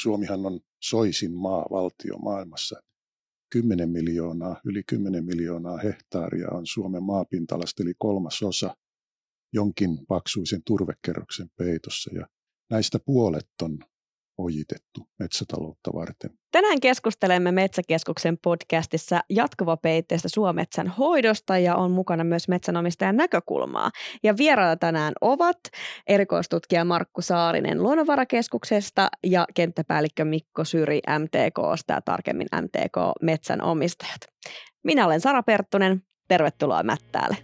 Suomihan on soisin valtio maailmassa. Yli 10 miljoonaa hehtaaria on Suomen maapinta-alasta, eli 1/3 jonkin paksuisen turvekerroksen peitossa. Ja näistä puolet on ojitettu metsätaloutta varten. Tänään keskustelemme Metsäkeskuksen podcastissa jatkuvapeitteistä suometsän hoidosta ja on mukana myös metsänomistajan näkökulmaa. Ja vieraana tänään ovat erikoistutkija Markku Saarinen Luonnonvarakeskuksesta ja kenttäpäällikkö Mikko Syri MTK:sta ja tarkemmin MTK Metsänomistajat. Minä olen Sara Perttunen. Tervetuloa Mättäälle.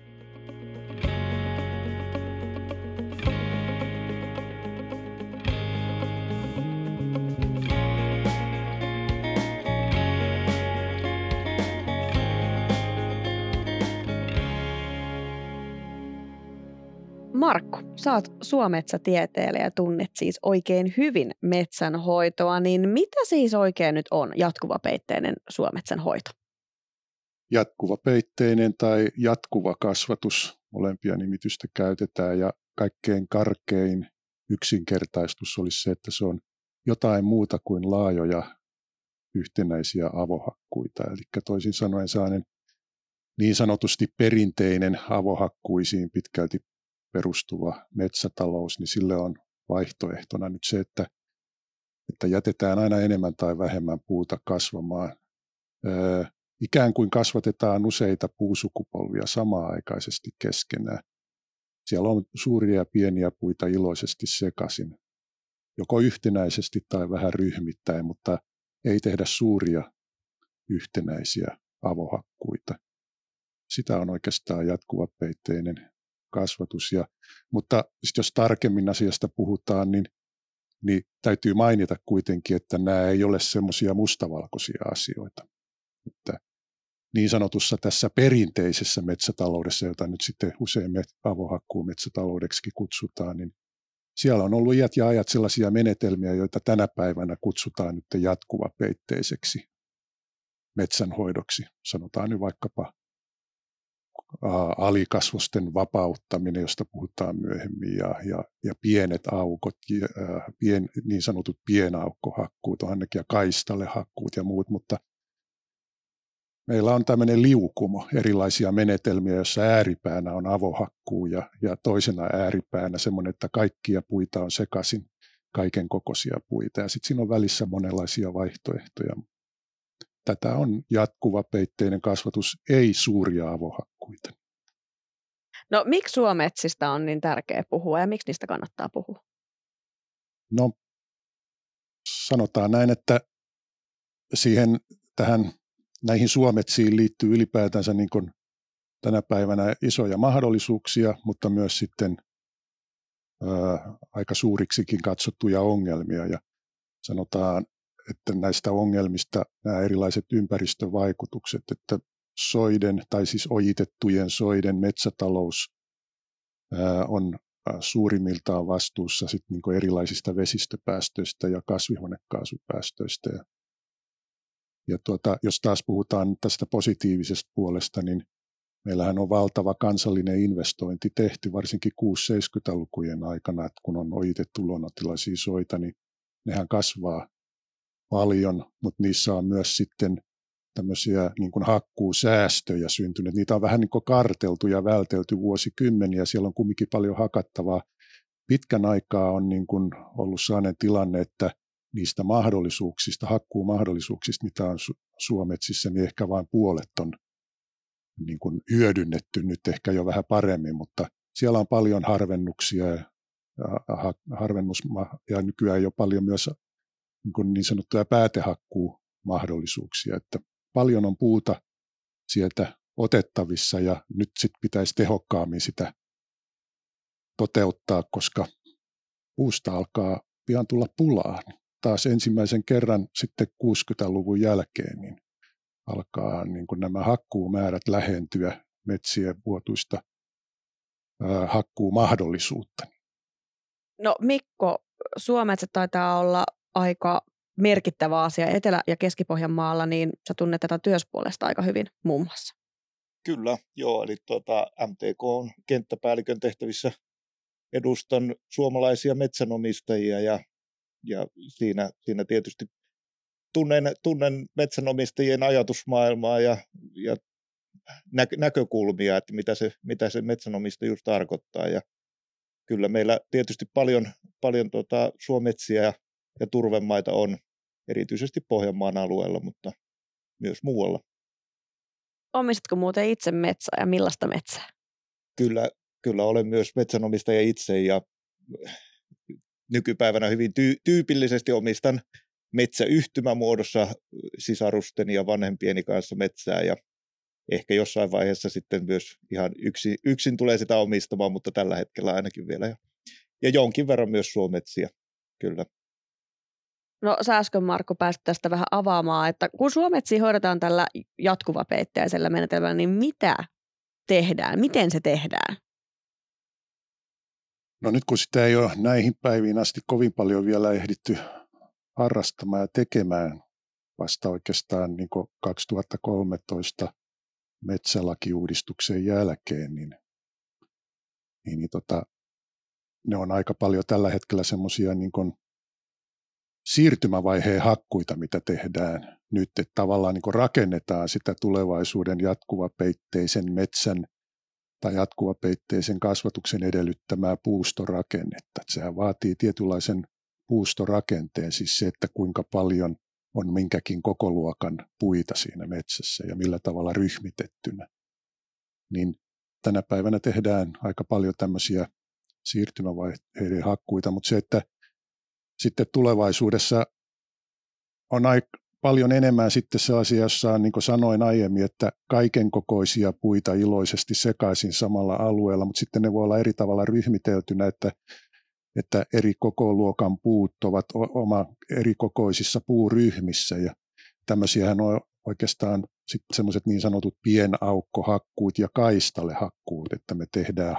Markku, sä oot suometsätieteilijä ja tunnet siis oikein hyvin metsänhoitoa, niin mitä siis oikein nyt on jatkuvapeitteinen suometsän hoito? Jatkuvapeitteinen tai jatkuva kasvatus, molempia nimitystä käytetään, ja kaikkein karkein yksinkertaistus olisi se, että se on jotain muuta kuin laajoja yhtenäisiä avohakkuita. Eli toisin sanoen sellainen niin sanotusti perinteinen avohakkuisiin pitkälti perustuva metsätalous, niin sille on vaihtoehtona nyt se, että jätetään aina enemmän tai vähemmän puuta kasvamaan. Ikään kuin kasvatetaan useita puusukupolvia samaaikaisesti keskenään. Siellä on suuria ja pieniä puita iloisesti sekaisin, joko yhtenäisesti tai vähän ryhmittäin, mutta ei tehdä suuria yhtenäisiä avohakkuita. Sitä on oikeastaan jatkuvapeitteinen kasvatus. Mutta jos tarkemmin asiasta puhutaan, niin täytyy mainita kuitenkin, että nämä ei ole semmoisia mustavalkoisia asioita. Että niin sanotussa tässä perinteisessä metsätaloudessa, jota nyt sitten usein avohakkuumetsätaloudeksi kutsutaan, niin siellä on ollut iät ja ajat sellaisia menetelmiä, joita tänä päivänä kutsutaan nyt jatkuvapeitteiseksi metsänhoidoksi. Sanotaan nyt vaikkapa alikasvosten vapauttaminen, josta puhutaan myöhemmin, ja pienet aukot, niin sanotut pienaukkohakkuut, ja kaistalehakkuut ja muut, mutta meillä on tämmöinen liukumo erilaisia menetelmiä, joissa ääripäänä on avohakkuu ja toisena ääripäänä semmoinen, että kaikkia puita on sekaisin, kaiken kokoisia puita, ja sitten siinä on välissä monenlaisia vaihtoehtoja. Tätä on jatkuvapeitteinen kasvatus, ei suuria avohakkuita. No miksi suometsistä on niin tärkeää puhua ja miksi niistä kannattaa puhua? No sanotaan näin, että näihin suometsiin liittyy ylipäätänsä niin kuin tänä päivänä isoja mahdollisuuksia, mutta myös sitten aika suuriksikin katsottuja ongelmia, ja sanotaan, että näistä ongelmista nämä erilaiset ympäristövaikutukset, että soiden tai siis ojitettujen soiden metsätalous on suurimmiltaan vastuussa sitten niin kuin erilaisista vesistöpäästöistä ja kasvihuonekaasupäästöistä. Ja jos taas puhutaan tästä positiivisesta puolesta, niin meillähän on valtava kansallinen investointi tehty varsinkin 6-70-lukujen aikana, että kun on ojitettu luonnontilaisia soita, niin nehän kasvaa paljon, mutta niissä on myös sitten tämmöisiä niin kuin hakkuusäästöjä syntynyt. Niitä on vähän niin kuin karteltu ja vältelty vuosikymmeniä. Siellä on kumminkin paljon hakattavaa. Pitkän aikaa on niin kuin ollut sellainen tilanne, että niistä mahdollisuuksista, hakkuumahdollisuuksista, mitä on suometsissä, niin ehkä vain puolet on niin kuin hyödynnetty nyt ehkä jo vähän paremmin, mutta siellä on paljon harvennuksia ja nykyään jo paljon myös niin sanottuja päätehakkuumahdollisuuksia, että paljon on puuta sieltä otettavissa ja nyt sitten pitäisi tehokkaammin sitä toteuttaa, koska puusta alkaa pian tulla pulaa. Taas ensimmäisen kerran sitten 60-luvun jälkeen niin alkaa niin kuin nämä hakkuumäärät lähentyä metsien vuotuista hakkuumahdollisuutta. No Mikko, suometsä taitaa olla aika merkittävä asia Etelä- ja Keski-Pohjanmaalla, niin sä tunnet tätä työspuolesta aika hyvin muun muassa. Kyllä, joo, eli MTK on kenttäpäällikön tehtävissä, edustan suomalaisia metsänomistajia ja siinä tietysti tunnen metsänomistajien ajatusmaailmaa ja näkökulmia, että mitä se metsänomistajuus tarkoittaa. Ja kyllä meillä tietysti paljon suometsiä ja turvemaita on, erityisesti Pohjanmaan alueella, mutta myös muualla. Omistatko muuten itse metsää ja millaista metsää? Kyllä olen myös metsänomistaja itse ja nykypäivänä hyvin tyypillisesti omistan metsäyhtymämuodossa sisarusten ja vanhempieni kanssa metsää ja ehkä jossain vaiheessa sitten myös ihan yksin tulee sitä omistamaan, mutta tällä hetkellä ainakin vielä. Ja jonkin verran myös suometsiä, kyllä. No sä äsken, Markku, pääsit tästä vähän avaamaan, että kun suometsiä hoidetaan tällä jatkuvapeitteisellä menetelmällä, niin mitä tehdään? Miten se tehdään? No nyt kun sitä ei ole näihin päiviin asti kovin paljon vielä ehditty harrastamaan ja tekemään vasta oikeastaan niin kuin 2013 metsälakiuudistuksen jälkeen, niin ne on aika paljon tällä hetkellä semmoisia niin kuin siirtymävaiheen hakkuita, mitä tehdään nyt, että tavallaan niin kuin rakennetaan sitä tulevaisuuden jatkuvapeitteisen metsän tai jatkuvapeitteisen kasvatuksen edellyttämää puustorakennetta. Että sehän vaatii tietynlaisen puustorakenteen, siis se, että kuinka paljon on minkäkin kokoluokan puita siinä metsässä ja millä tavalla ryhmitettynä. Niin tänä päivänä tehdään aika paljon tämmöisiä siirtymävaiheiden hakkuita, mutta se, että sitten tulevaisuudessa on paljon enemmän sitten sellaisia, jossa on, niin kuin sanoin aiemmin, että kaiken kokoisia puita iloisesti sekaisin samalla alueella, mutta sitten ne voi olla eri tavalla ryhmiteltynä, että eri kokoluokan puut ovat eri kokoisissa puuryhmissä ja tämmöisiähän on oikeastaan sitten semmoiset niin sanotut pienaukkohakkuut ja kaistalehakkuut, että me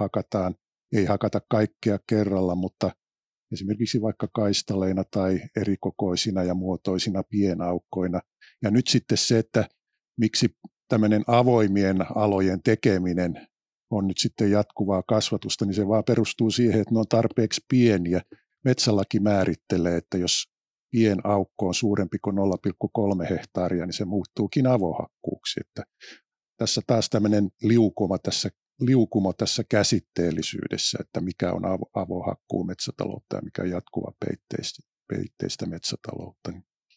ei hakata kaikkea kerralla, mutta esimerkiksi vaikka kaistaleina tai erikokoisina ja muotoisina pienaukkoina. Ja nyt sitten se, että miksi tämmöinen avoimien alojen tekeminen on nyt sitten jatkuvaa kasvatusta, niin se vaan perustuu siihen, että ne on tarpeeksi pieniä. Metsälaki määrittelee, että jos pienaukko on suurempi kuin 0,3 hehtaaria, niin se muuttuukin avohakkuuksi. Että tässä taas tämmöinen liukumo tässä käsitteellisyydessä, että mikä on avohakkuu metsätaloutta ja mikä on jatkuva peitteistä metsätaloutta.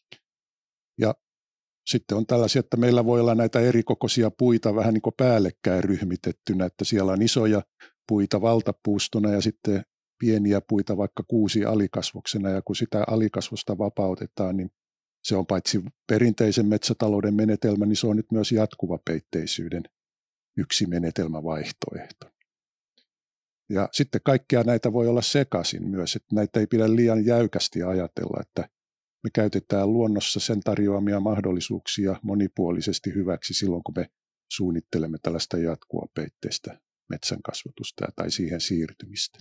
Ja sitten on tällaisia, että meillä voi olla näitä erikokoisia puita vähän niin kuin päällekkäin ryhmitettynä, että siellä on isoja puita valtapuustona ja sitten pieniä puita vaikka kuusi alikasvoksena, ja kun sitä alikasvosta vapautetaan, niin se on paitsi perinteisen metsätalouden menetelmä, niin se on nyt myös jatkuvapeitteisyyden yksi menetelmävaihtoehto. Ja sitten kaikkia näitä voi olla sekaisin myös, että näitä ei pidä liian jäykästi ajatella, että me käytetään luonnossa sen tarjoamia mahdollisuuksia monipuolisesti hyväksi silloin, kun me suunnittelemme tällaista jatkuvapeitteistä metsänkasvatusta tai siihen siirtymistä.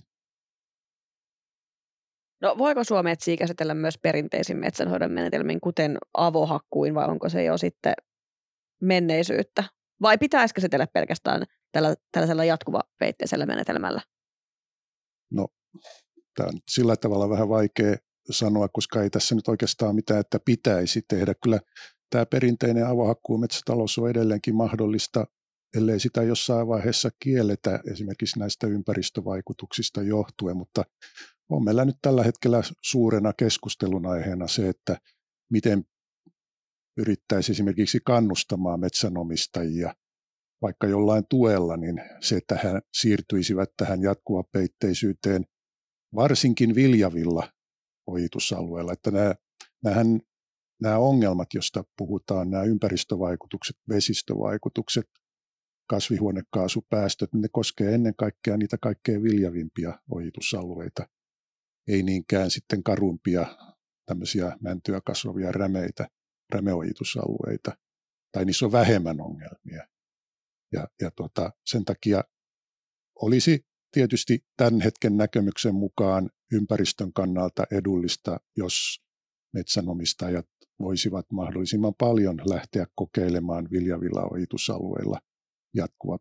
No voiko suometsiä käsitellä myös perinteisin metsänhoidon menetelmin, kuten avohakkuin, vai onko se jo sitten menneisyyttä? Vai pitäisikö käsitellä pelkästään tällaisella jatkuvapeitteisellä menetelmällä? No, tämä on sillä tavalla vähän vaikea sanoa, koska ei tässä nyt oikeastaan mitään, että pitäisi tehdä. Kyllä tämä perinteinen avohakkuu metsätalous on edelleenkin mahdollista, ellei sitä jossain vaiheessa kielletä esimerkiksi näistä ympäristövaikutuksista johtuen, mutta on meillä nyt tällä hetkellä suurena keskustelun aiheena se, että miten yrittäisi esimerkiksi kannustamaan metsänomistajia vaikka jollain tuella, niin se, että he siirtyisivät tähän jatkuvapeitteisyyteen varsinkin viljavilla ojitusalueilla. Että nämä ongelmat, joista puhutaan, nämä ympäristövaikutukset, vesistövaikutukset, kasvihuonekaasupäästöt, ne koskee ennen kaikkea niitä kaikkein viljavimpia ojitusalueita, ei niinkään sitten karumpia tämmöisiä mäntyä kasvavia rämeojitusalueita, tai niissä on vähemmän ongelmia. Ja sen takia olisi tietysti tämän hetken näkemyksen mukaan ympäristön kannalta edullista, jos metsänomistajat voisivat mahdollisimman paljon lähteä kokeilemaan viljavilla ojitusalueilla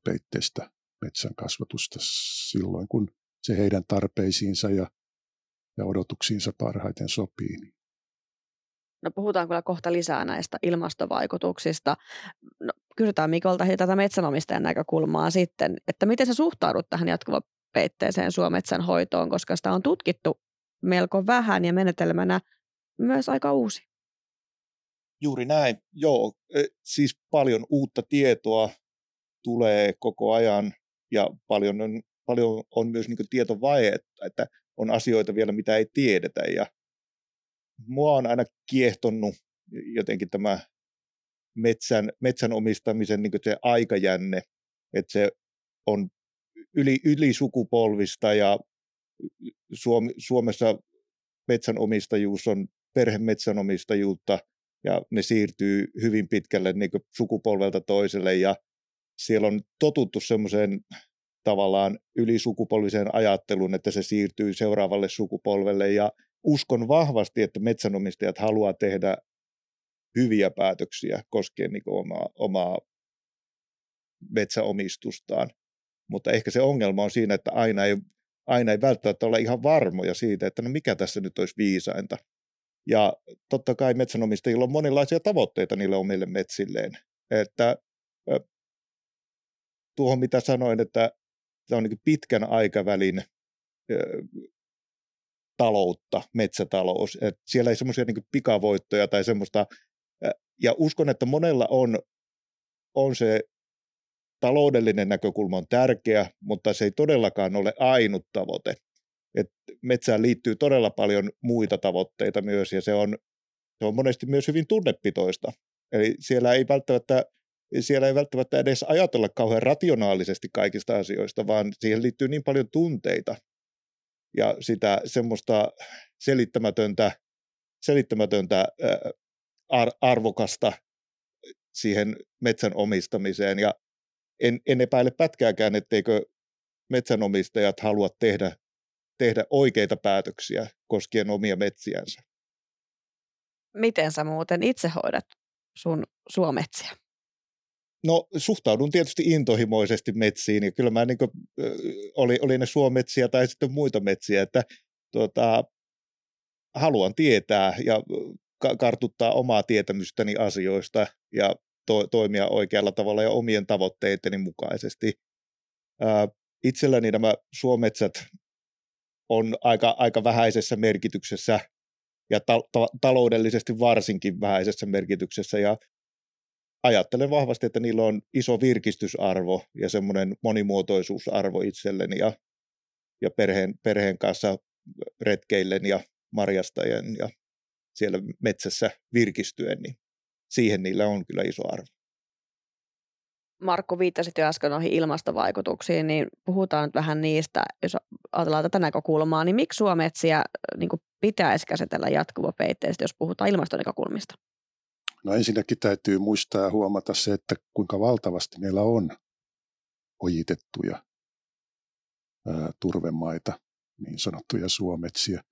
jatkuvapeitteistä metsän kasvatusta silloin, kun se heidän tarpeisiinsa ja ja odotuksiinsa parhaiten sopii. No puhutaan kyllä kohta lisää näistä ilmastovaikutuksista. No, kysytään Mikolta tätä metsänomistajan näkökulmaa sitten, että miten sä suhtaudut tähän jatkuvapeitteiseen suometsän hoitoon, koska sitä on tutkittu melko vähän ja menetelmänä myös aika uusi. Juuri näin, joo. Siis paljon uutta tietoa tulee koko ajan ja paljon on myös niin kuin tietovajetta, että on asioita vielä, mitä ei tiedetä. Ja mua on aina kiehtonut jotenkin tämä metsän omistamisen niin kuin se aikajänne, että se on ylisukupolvista ja Suomessa metsänomistajuus on perhemetsänomistajuutta ja ne siirtyy hyvin pitkälle niin kuin sukupolvelta toiselle ja siellä on totuttu semmoiseen tavallaan ylisukupolviseen ajatteluun, että se siirtyy seuraavalle sukupolvelle ja uskon vahvasti, että metsänomistajat haluaa tehdä hyviä päätöksiä koskien niin kuin omaa metsäomistustaan, mutta ehkä se ongelma on siinä, että aina ei välttämättä ole ihan varmoja siitä, että no mikä tässä nyt olisi viisainta. Ja totta kai metsänomistajilla on monenlaisia tavoitteita niille omille metsilleen. Että tuohon mitä sanoin, että tämä on niin pitkän aikavälin taloutta, metsätalous. Että siellä ei semmoisia niin pikavoittoja tai semmoista. Ja uskon, että monella on se taloudellinen näkökulma on tärkeä, mutta se ei todellakaan ole ainut tavoite. Et metsään liittyy todella paljon muita tavoitteita myös, ja se on monesti myös hyvin tunnepitoista. Eli siellä ei välttämättä edes ajatella kauhean rationaalisesti kaikista asioista, vaan siihen liittyy niin paljon tunteita ja sitä semmoista selittämätöntä arvokasta siihen metsän omistamiseen. Ja en epäile pätkääkään, etteikö metsänomistajat halua tehdä oikeita päätöksiä koskien omia metsiänsä. Miten sä muuten itse hoidat sun suometsiä? No suhtaudun tietysti intohimoisesti metsiin ja kyllä mä niin kuin, oli ne suometsiä tai sitten muita metsiä, että haluan tietää ja kartuttaa omaa tietämystäni asioista ja toimia oikealla tavalla ja omien tavoitteiteni mukaisesti. Itselläni nämä suometsät on aika vähäisessä merkityksessä ja taloudellisesti varsinkin vähäisessä merkityksessä ja ajattelen vahvasti, että niillä on iso virkistysarvo ja semmoinen monimuotoisuusarvo itselleni ja perheen kanssa retkeillen ja marjastajan ja siellä metsässä virkistyen, niin siihen niillä on kyllä iso arvo. Markku, viittasit jo äsken noihin ilmastovaikutuksiin, niin puhutaan nyt vähän niistä, jos ajatellaan tätä näkökulmaa, niin miksi suometsiä niin pitäisi käsitellä jatkuvapeitteisesti, jos puhutaan ilmastonäkökulmista? No ensinnäkin täytyy muistaa ja huomata se, että kuinka valtavasti meillä on ojitettuja turvemaita, niin sanottuja suometsiä.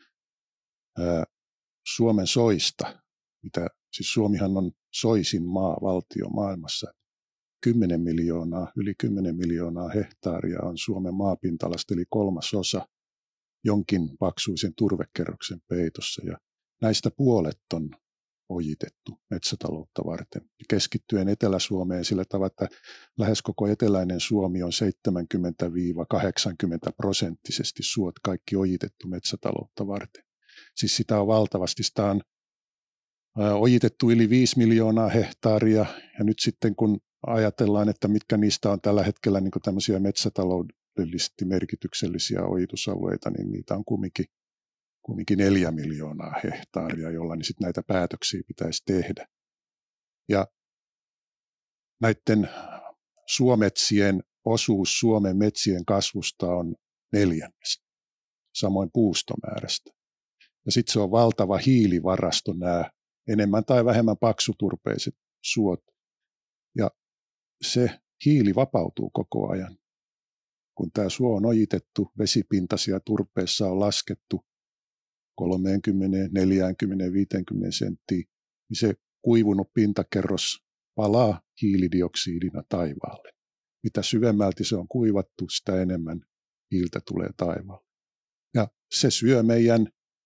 Suomen soista, siis Suomihan on soisin valtio maailmassa. Yli 10 miljoonaa hehtaaria on Suomen maapinta-alasta, eli 1/3 jonkin paksuisen turvekerroksen peitossa. Ja näistä puolet on ojitettu metsätaloutta varten. Keskittyen Etelä-Suomeen sillä tavalla, että lähes koko eteläinen Suomi on 70–80% suot kaikki ojitettu metsätaloutta varten. Siis sitä on valtavasti. Sitä on ojitettu yli 5 miljoonaa hehtaaria ja nyt sitten kun ajatellaan, että mitkä niistä on tällä hetkellä niin kuin tämmöisiä metsätaloudellisesti merkityksellisiä ojitusalueita, niin niitä on kumminkin 4 miljoonaa hehtaaria, jolla niin sit näitä päätöksiä pitäisi tehdä. Ja näiden suometsien osuus Suomen metsien kasvusta on 1/4, samoin puustomäärästä. Ja sitten se on valtava hiilivarasto, nämä enemmän tai vähemmän paksuturpeiset suot. Ja se hiili vapautuu koko ajan. Kun tämä suo on ojitettu, vesipinta siellä turpeessa on laskettu 30, 40, 50 senttiä, niin se kuivunut pintakerros palaa hiilidioksidina taivaalle. Mitä syvemmälti se on kuivattu, sitä enemmän hiiltä tulee taivaalle. Ja se syö meidän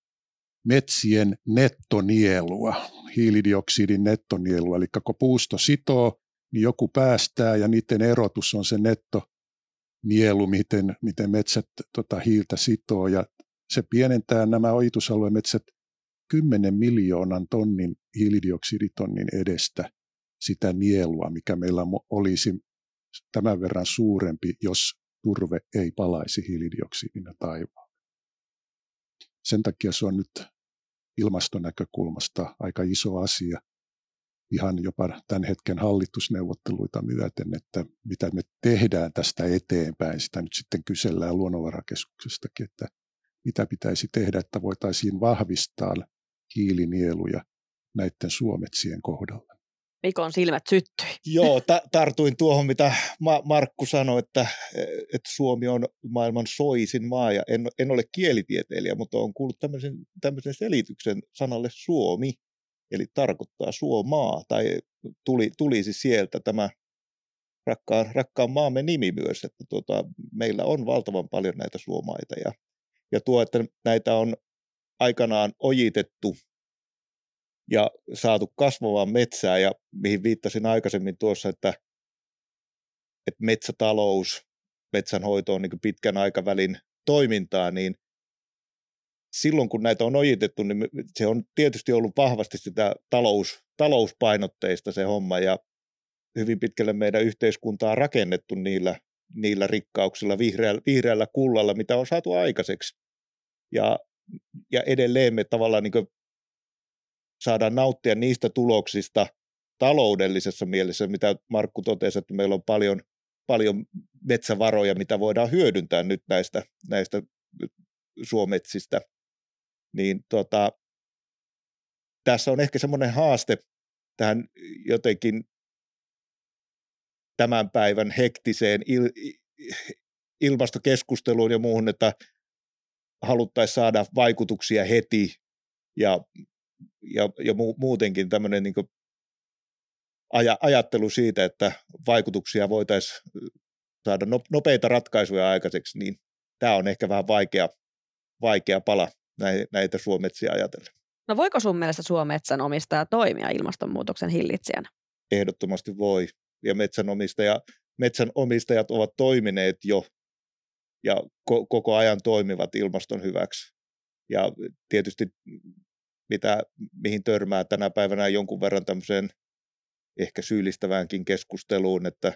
metsien nettonielua, hiilidioksidin nettonielua. Eli kun puusto sitoo, niin joku päästää ja niiden erotus on se nettonielu, miten metsät hiiltä sitoo. Ja se pienentää nämä ojitusalueen metsät 10 miljoonan tonnin hiilidioksiditonnin edestä sitä nielua, mikä meillä olisi tämän verran suurempi, jos turve ei palaisi hiilidioksidina taivaalle. Sen takia se on nyt ilmastonäkökulmasta aika iso asia, ihan jopa tämän hetken hallitusneuvotteluita myöten, että mitä me tehdään tästä eteenpäin. Sitä nyt sitten kysellään Luonnonvarakeskuksestakin, että mitä pitäisi tehdä, että voitaisiin vahvistaa hiilinieluja näiden suometsien kohdalla. Mikon silmät syttyi. Joo, tartuin tuohon, mitä Markku sanoi, että Suomi on maailman soisin maa, ja en ole kielitieteilijä, mutta olen kuullut tämmöisen selityksen sanalle Suomi, eli tarkoittaa suomaa, tai tulisi sieltä tämä rakkaan maamme nimi myös, että meillä on valtavan paljon näitä suomaita, ja tuo, että näitä on aikanaan ojitettu ja saatu kasvavaan metsään, ja mihin viittasin aikaisemmin tuossa, että metsätalous, metsänhoito on niin kuin pitkän aikavälin toimintaa, niin silloin kun näitä on ojitettu, niin se on tietysti ollut vahvasti sitä talouspainotteista se homma, ja hyvin pitkälle meidän yhteiskuntaa on rakennettu niillä rikkauksilla, vihreällä kullalla, mitä on saatu aikaiseksi. Ja edelleen me tavallaan niin kuin saadaan nauttia niistä tuloksista taloudellisessa mielessä, mitä Markku totesi, että meillä on paljon metsävaroja, mitä voidaan hyödyntää nyt näistä suometsistä. Niin tässä on ehkä semmoinen haaste tähän jotenkin tämän päivän hektiseen ilmastokeskusteluun ja muuhun, että haluttaisiin saada vaikutuksia heti ja muutenkin tämmöinen niin kuin ajattelu siitä, että vaikutuksia voitaisiin saada nopeita ratkaisuja aikaiseksi, niin tämä on ehkä vähän vaikea pala näitä suometsiä ajatellen. No voiko sun mielestä suometsän omistaja toimia ilmastonmuutoksen hillitsijänä? Ehdottomasti voi, ja metsänomistajat ovat toimineet jo ja koko ajan toimivat ilmaston hyväksi. Ja tietysti mihin törmää tänä päivänä jonkun verran tämmöiseen ehkä syyllistäväänkin keskusteluun, että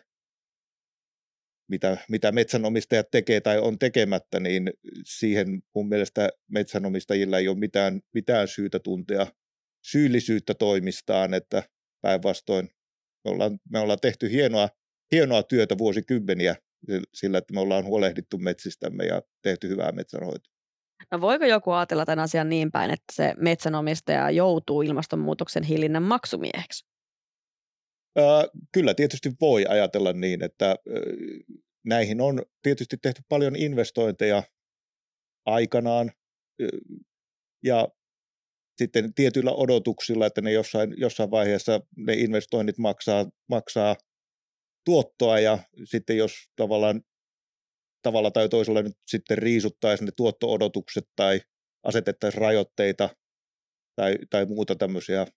mitä metsänomistajat tekee tai on tekemättä, niin siihen mun mielestä metsänomistajilla ei ole mitään syytä tuntea syyllisyyttä toimistaan, että päinvastoin me ollaan tehty hienoa työtä vuosikymmeniä sillä, että me ollaan huolehdittu metsistämme ja tehty hyvää metsänhoitoa. No voiko joku ajatella tämän asian niin päin, että se metsänomistaja joutuu ilmastonmuutoksen hillinnän maksumieheksi? Kyllä tietysti voi ajatella niin, että näihin on tietysti tehty paljon investointeja aikanaan ja sitten tietyillä odotuksilla, että ne jossain vaiheessa ne investoinnit maksaa tuottoa, ja sitten jos tavalla tai toisella nyt sitten riisuttaisiin ne tuotto-odotukset tai asetettaisiin rajoitteita tai muuta tämmöisiä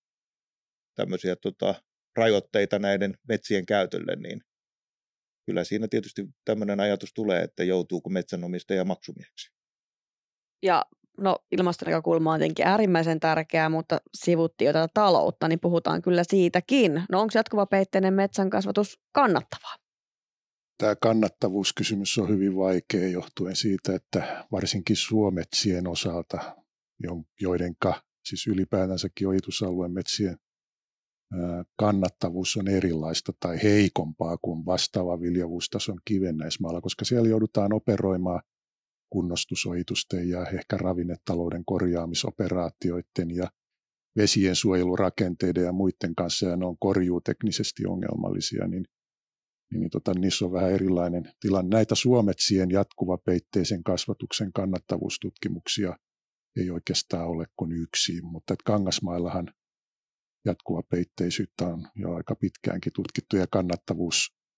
rajoitteita näiden metsien käytölle, niin kyllä siinä tietysti tämmöinen ajatus tulee, että joutuuko metsänomistaja maksumieheksi. Ja no ilmastonäkökulma on tietenkin äärimmäisen tärkeää, mutta sivuttiin jo tätä taloutta, niin puhutaan kyllä siitäkin. No onko jatkuvapeitteinen metsänkasvatus kannattavaa? Tämä kannattavuuskysymys on hyvin vaikea johtuen siitä, että varsinkin suometsien osalta, joidenka siis ylipäätänsäkin ojitusalueen metsien kannattavuus on erilaista tai heikompaa kuin vastaava viljavuustason kivennäismaalla, koska siellä joudutaan operoimaan kunnostusojitusten ja ehkä ravinnetalouden korjaamisoperaatioiden ja vesien suojelurakenteiden ja muiden kanssa, ja ne on korjuuteknisesti ongelmallisia, niin niissä on vähän erilainen tilanne. Näitä suometsien jatkuvapeitteisen kasvatuksen kannattavuustutkimuksia ei oikeastaan ole kuin yksi, mutta Kangasmaillahan jatkuvapeitteisyyttä on jo aika pitkäänkin tutkittu ja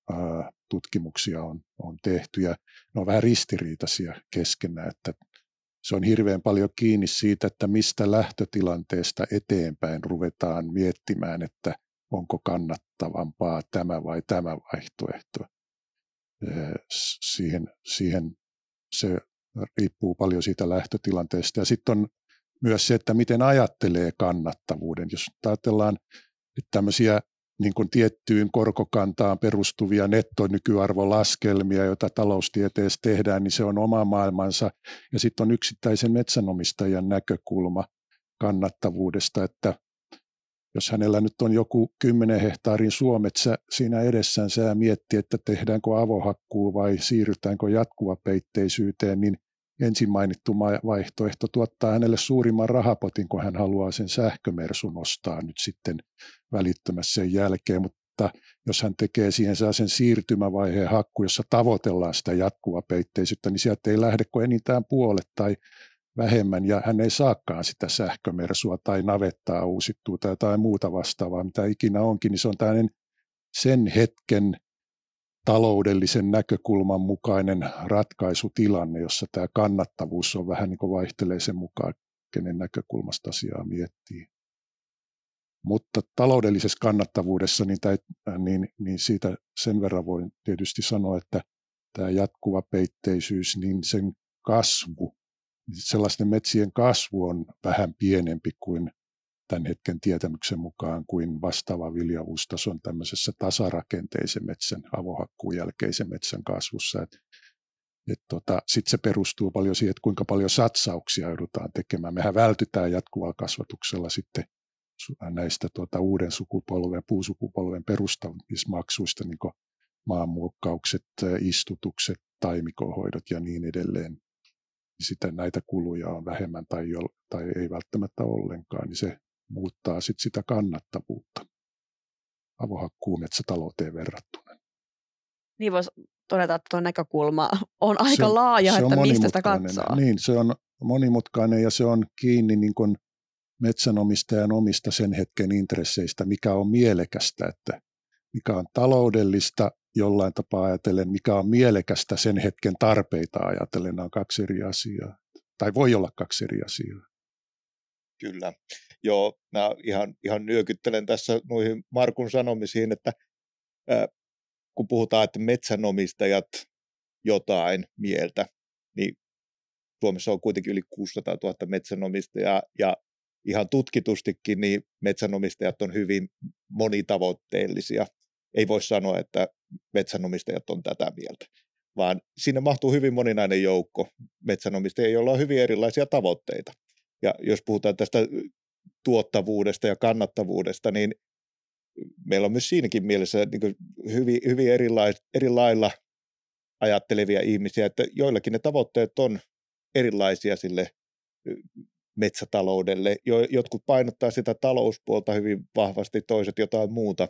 kannattavuustutkimuksia on tehty, ja ne on vähän ristiriitaisia keskenään, että se on hirveän paljon kiinni siitä, että mistä lähtötilanteesta eteenpäin ruvetaan miettimään, että onko kannattavampaa tämä vai tämä vaihtoehto. Siihen se riippuu paljon siitä lähtötilanteesta. Ja sitten on myös se, että miten ajattelee kannattavuuden. Jos ajatellaan tämmöisiä niin kuin tiettyyn korkokantaan perustuvia nettonykyarvolaskelmia, joita taloustieteessä tehdään, niin se on oma maailmansa. Ja sitten on yksittäisen metsänomistajan näkökulma kannattavuudesta, että jos hänellä nyt on joku 10 hehtaarin suometsä siinä edessänsä ja miettii, että tehdäänkö avohakkuu vai siirrytäänkö jatkuvapeitteisyyteen, niin ensin mainittu vaihtoehto tuottaa hänelle suurimman rahapotin, kun hän haluaa sen sähkömersun ostaa nyt sitten välittömässä sen jälkeen. Mutta jos hän tekee siihen sen siirtymävaiheen hakku, jossa tavoitellaan sitä jatkuvapeitteisyyttä, niin sieltä ei lähde kuin enintään puolet tai vähemmän, ja hän ei saakaan sitä sähkömersua tai navettaa uusittua tai jotain muuta vastaavaa, mitä ikinä onkin, niin se on tämmöinen sen hetken taloudellisen näkökulman mukainen ratkaisutilanne, jossa tämä kannattavuus on vähän niin kuin vaihtelee sen mukaan, kenen näkökulmasta asiaa miettii. Mutta taloudellisessa kannattavuudessa niin siitä sen verran voin tietysti sanoa, että tämä jatkuva peitteisyys, niin sen kasvu, sellaisten metsien kasvu on vähän pienempi kuin tämän hetken tietämyksen mukaan kuin vastaava viljavuustason tämmöisessä tasarakenteisen metsän, avohakkuun jälkeisen metsän kasvussa. Sitten se perustuu paljon siihen, että kuinka paljon satsauksia joudutaan tekemään. Mehän vältytään jatkuvalla kasvatuksella sitten näistä uuden sukupolven, puusukupolven perustamismaksuista, niin kuin maanmuokkaukset, istutukset, taimikohoidot ja niin edelleen. Sitten näitä kuluja on vähemmän tai ei välttämättä ollenkaan, niin se muuttaa sitten sitä kannattavuutta avohakkuumetsätalouteen verrattuna. Niin voisi todeta, että tuo näkökulma on aika laaja, että mistä sitä katsoo. Niin, se on monimutkainen ja se on kiinni niin kuin metsänomistajan omista sen hetken intresseistä, mikä on mielekästä, että mikä on taloudellista jollain tapaa ajatellen, mikä on mielekästä sen hetken tarpeita ajatellen. Nämä on kaksi eri asiaa, tai voi olla kaksi eri asiaa. Kyllä. Joo, mä ihan nyökyttelen tässä noihin Markun sanomisiin, että kun puhutaan, että metsänomistajat jotain mieltä, niin Suomessa on kuitenkin yli 600 000 metsänomistajaa, ja ihan tutkitustikin niin metsänomistajat on hyvin monitavoitteellisia. Ei voi sanoa, että metsänomistajat on tätä mieltä, vaan sinne mahtuu hyvin moninainen joukko metsänomistajia, joilla on hyvin erilaisia tavoitteita. Ja jos puhutaan tästä tuottavuudesta ja kannattavuudesta, niin meillä on myös siinäkin mielessä niin hyvin eri lailla ajattelevia ihmisiä, että joillakin ne tavoitteet on erilaisia sille metsätaloudelle. Jotkut painottaa sitä talouspuolta hyvin vahvasti, toiset jotain muuta.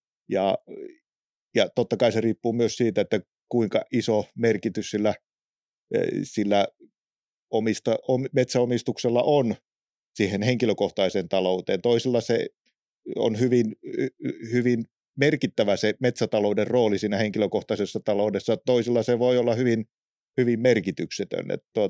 Ja totta kai se riippuu myös siitä, että kuinka iso merkitys sillä metsäomistuksella on siihen henkilökohtaiseen talouteen. Toisilla se on hyvin merkittävä se metsätalouden rooli siinä henkilökohtaisessa taloudessa. Toisilla se voi olla hyvin, hyvin merkityksetön.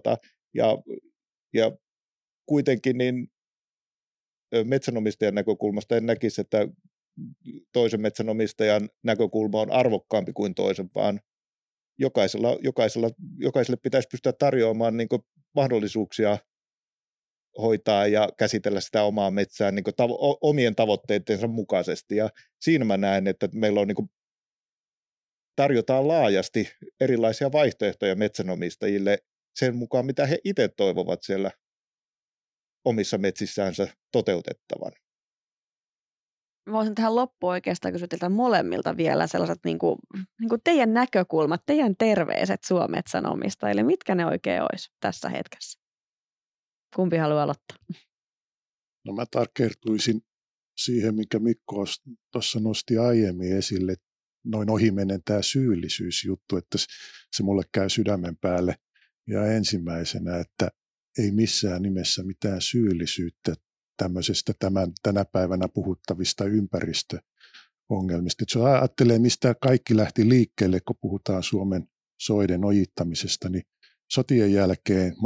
Ja kuitenkin niin metsänomistajan näkökulmasta en näkisi, että toisen metsänomistajan näkökulma on arvokkaampi kuin toisen, vaan jokaiselle pitäisi pystyä tarjoamaan niin kuin mahdollisuuksia hoitaa ja käsitellä sitä omaa metsää niin kuin omien tavoitteidensa mukaisesti. Ja siinä mä näen, että meillä on niin kuin tarjotaan laajasti erilaisia vaihtoehtoja metsänomistajille sen mukaan, mitä he itse toivovat siellä omissa metsissäänsä toteutettavan. Voisin tähän loppuun oikeastaan kysyä teiltä molemmilta vielä sellaiset niin kuin teidän näkökulmat, teidän terveiset suometsänomistajille. Mitkä ne oikein olisi tässä hetkessä? Kumpi haluaa aloittaa? No mä takertuisin siihen, minkä Mikko tuossa nosti aiemmin esille, noin ohimennen tämä syyllisyysjuttu, että se mulle käy sydämen päälle. Ja ensimmäisenä, että ei missään nimessä mitään syyllisyyttä tämmöisestä tänä päivänä puhuttavista ympäristöongelmista. Jos ajattelee, mistä kaikki lähti liikkeelle, kun puhutaan Suomen soiden ojittamisesta, niin sotien jälkeen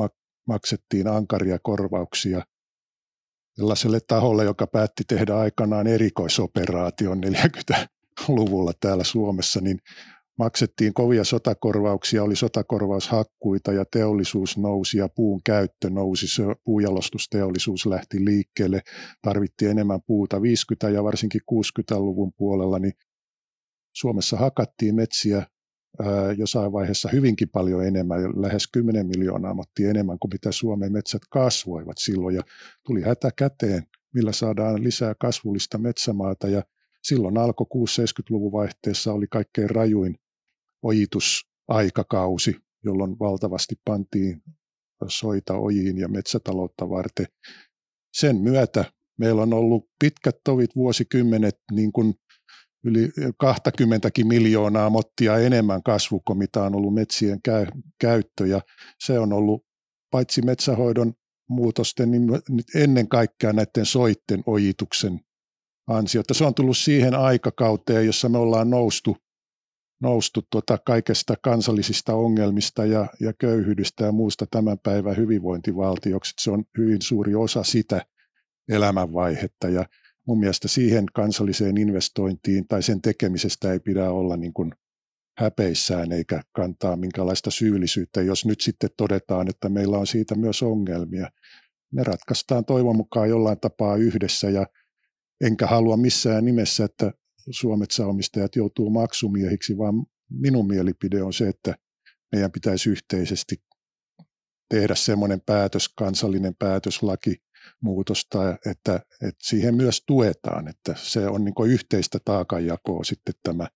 maksettiin ankaria korvauksia sellaiselle taholle, joka päätti tehdä aikanaan erikoisoperaation 40-luvulla täällä Suomessa, niin maksettiin kovia sotakorvauksia, oli sotakorvaushakkuita ja teollisuus nousi ja puun käyttö nousi, puujalostusteollisuus lähti liikkeelle, tarvittiin enemmän puuta 50- ja varsinkin 60-luvun puolella, niin Suomessa hakattiin metsiä jossain vaiheessa hyvinkin paljon enemmän, lähes 10 miljoonaa mottia enemmän kuin mitä Suomen metsät kasvoivat silloin ja tuli hätä käteen, millä saadaan lisää kasvullista metsämaata ja silloin alkoi 60-70-luvun vaihteessa oli kaikkein rajuin ojitusaikakausi, jolloin valtavasti pantiin soita ojiin ja metsätaloutta varten. Sen myötä meillä on ollut pitkät tovit vuosikymmenet niin kuin yli 20 miljoonaa mottia enemmän kasvu kuin mitä on ollut metsien käyttö ja se on ollut paitsi metsähoidon muutosten, niin ennen kaikkea näiden soitten ojituksen ansiota. Se on tullut siihen aikakauteen, jossa me ollaan noustu kaikesta kansallisista ongelmista ja köyhyydestä ja muusta tämän päivän hyvinvointivaltioksi. Se on hyvin suuri osa sitä elämänvaihetta ja mun mielestä siihen kansalliseen investointiin tai sen tekemisestä ei pidä olla niin kuin häpeissään eikä kantaa minkälaista syyllisyyttä, jos nyt sitten todetaan, että meillä on siitä myös ongelmia. Ne ratkaistaan toivon mukaan jollain tapaa yhdessä ja enkä halua missään nimessä, että suometsäomistajat joutuu maksumiehiksi, vaan minun mielipide on se, että meidän pitäisi yhteisesti tehdä semmoinen päätös, kansallinen päätöslaki, muutosta, että siihen myös tuetaan, että se on niin kuin yhteistä taakanjakoa sitten tämä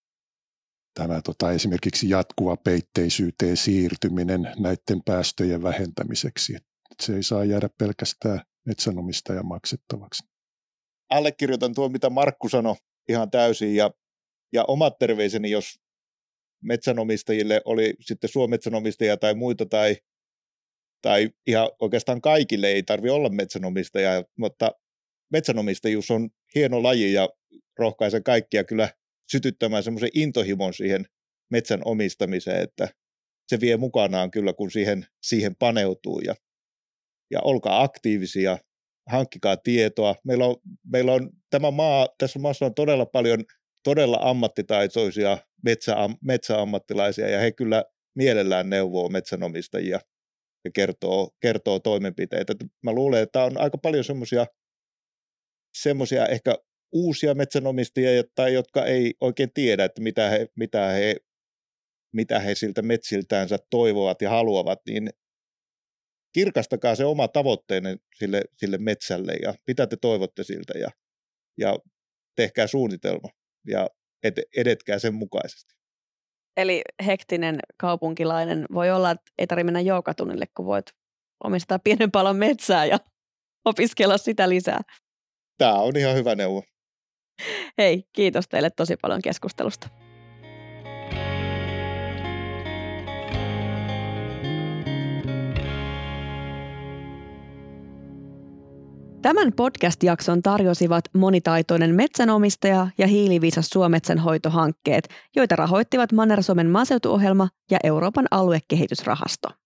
esimerkiksi jatkuva peitteisyyteen siirtyminen näiden päästöjen vähentämiseksi. Että se ei saa jäädä pelkästään metsänomistajan maksettavaksi. Allekirjoitan tuon, mitä Markku sanoi ihan täysin ja omat terveiseni, jos metsänomistajille oli sitten suometsänomistajia tai muita tai ihan oikeastaan kaikille ei tarvitse olla metsänomistajaa, mutta metsänomistajuus on hieno laji ja rohkaisen kaikkia kyllä sytyttämään semmoisen intohimon siihen metsän omistamiseen, että se vie mukanaan kyllä, kun siihen paneutuu ja olkaa aktiivisia, hankkikaa tietoa. Meillä on tässä maassa on todella paljon todella ammattitaitoisia metsäammattilaisia ja he kyllä mielellään neuvoo metsänomistajia ja kertoo toimenpiteitä. Mä luulen, että on aika paljon semmoisia ehkä uusia metsänomistajia, tai jotka ei oikein tiedä, että mitä he siltä metsiltäänsä toivovat ja haluavat, niin kirkastakaa se oma tavoitteenne sille metsälle ja mitä te toivotte siltä ja tehkää suunnitelma ja edetkää sen mukaisesti. Eli hektinen kaupunkilainen voi olla, että ei tarvitse mennä joogatunnille, kun voit omistaa pienen palan metsää ja opiskella sitä lisää. Tämä on ihan hyvä neuvo. Hei, kiitos teille tosi paljon keskustelusta. Tämän podcast-jakson tarjosivat monitaitoinen metsänomistaja ja hiiliviisas suometsänhoitohankkeet, joita rahoittivat Manner-Suomen maaseutuohjelma ja Euroopan aluekehitysrahasto.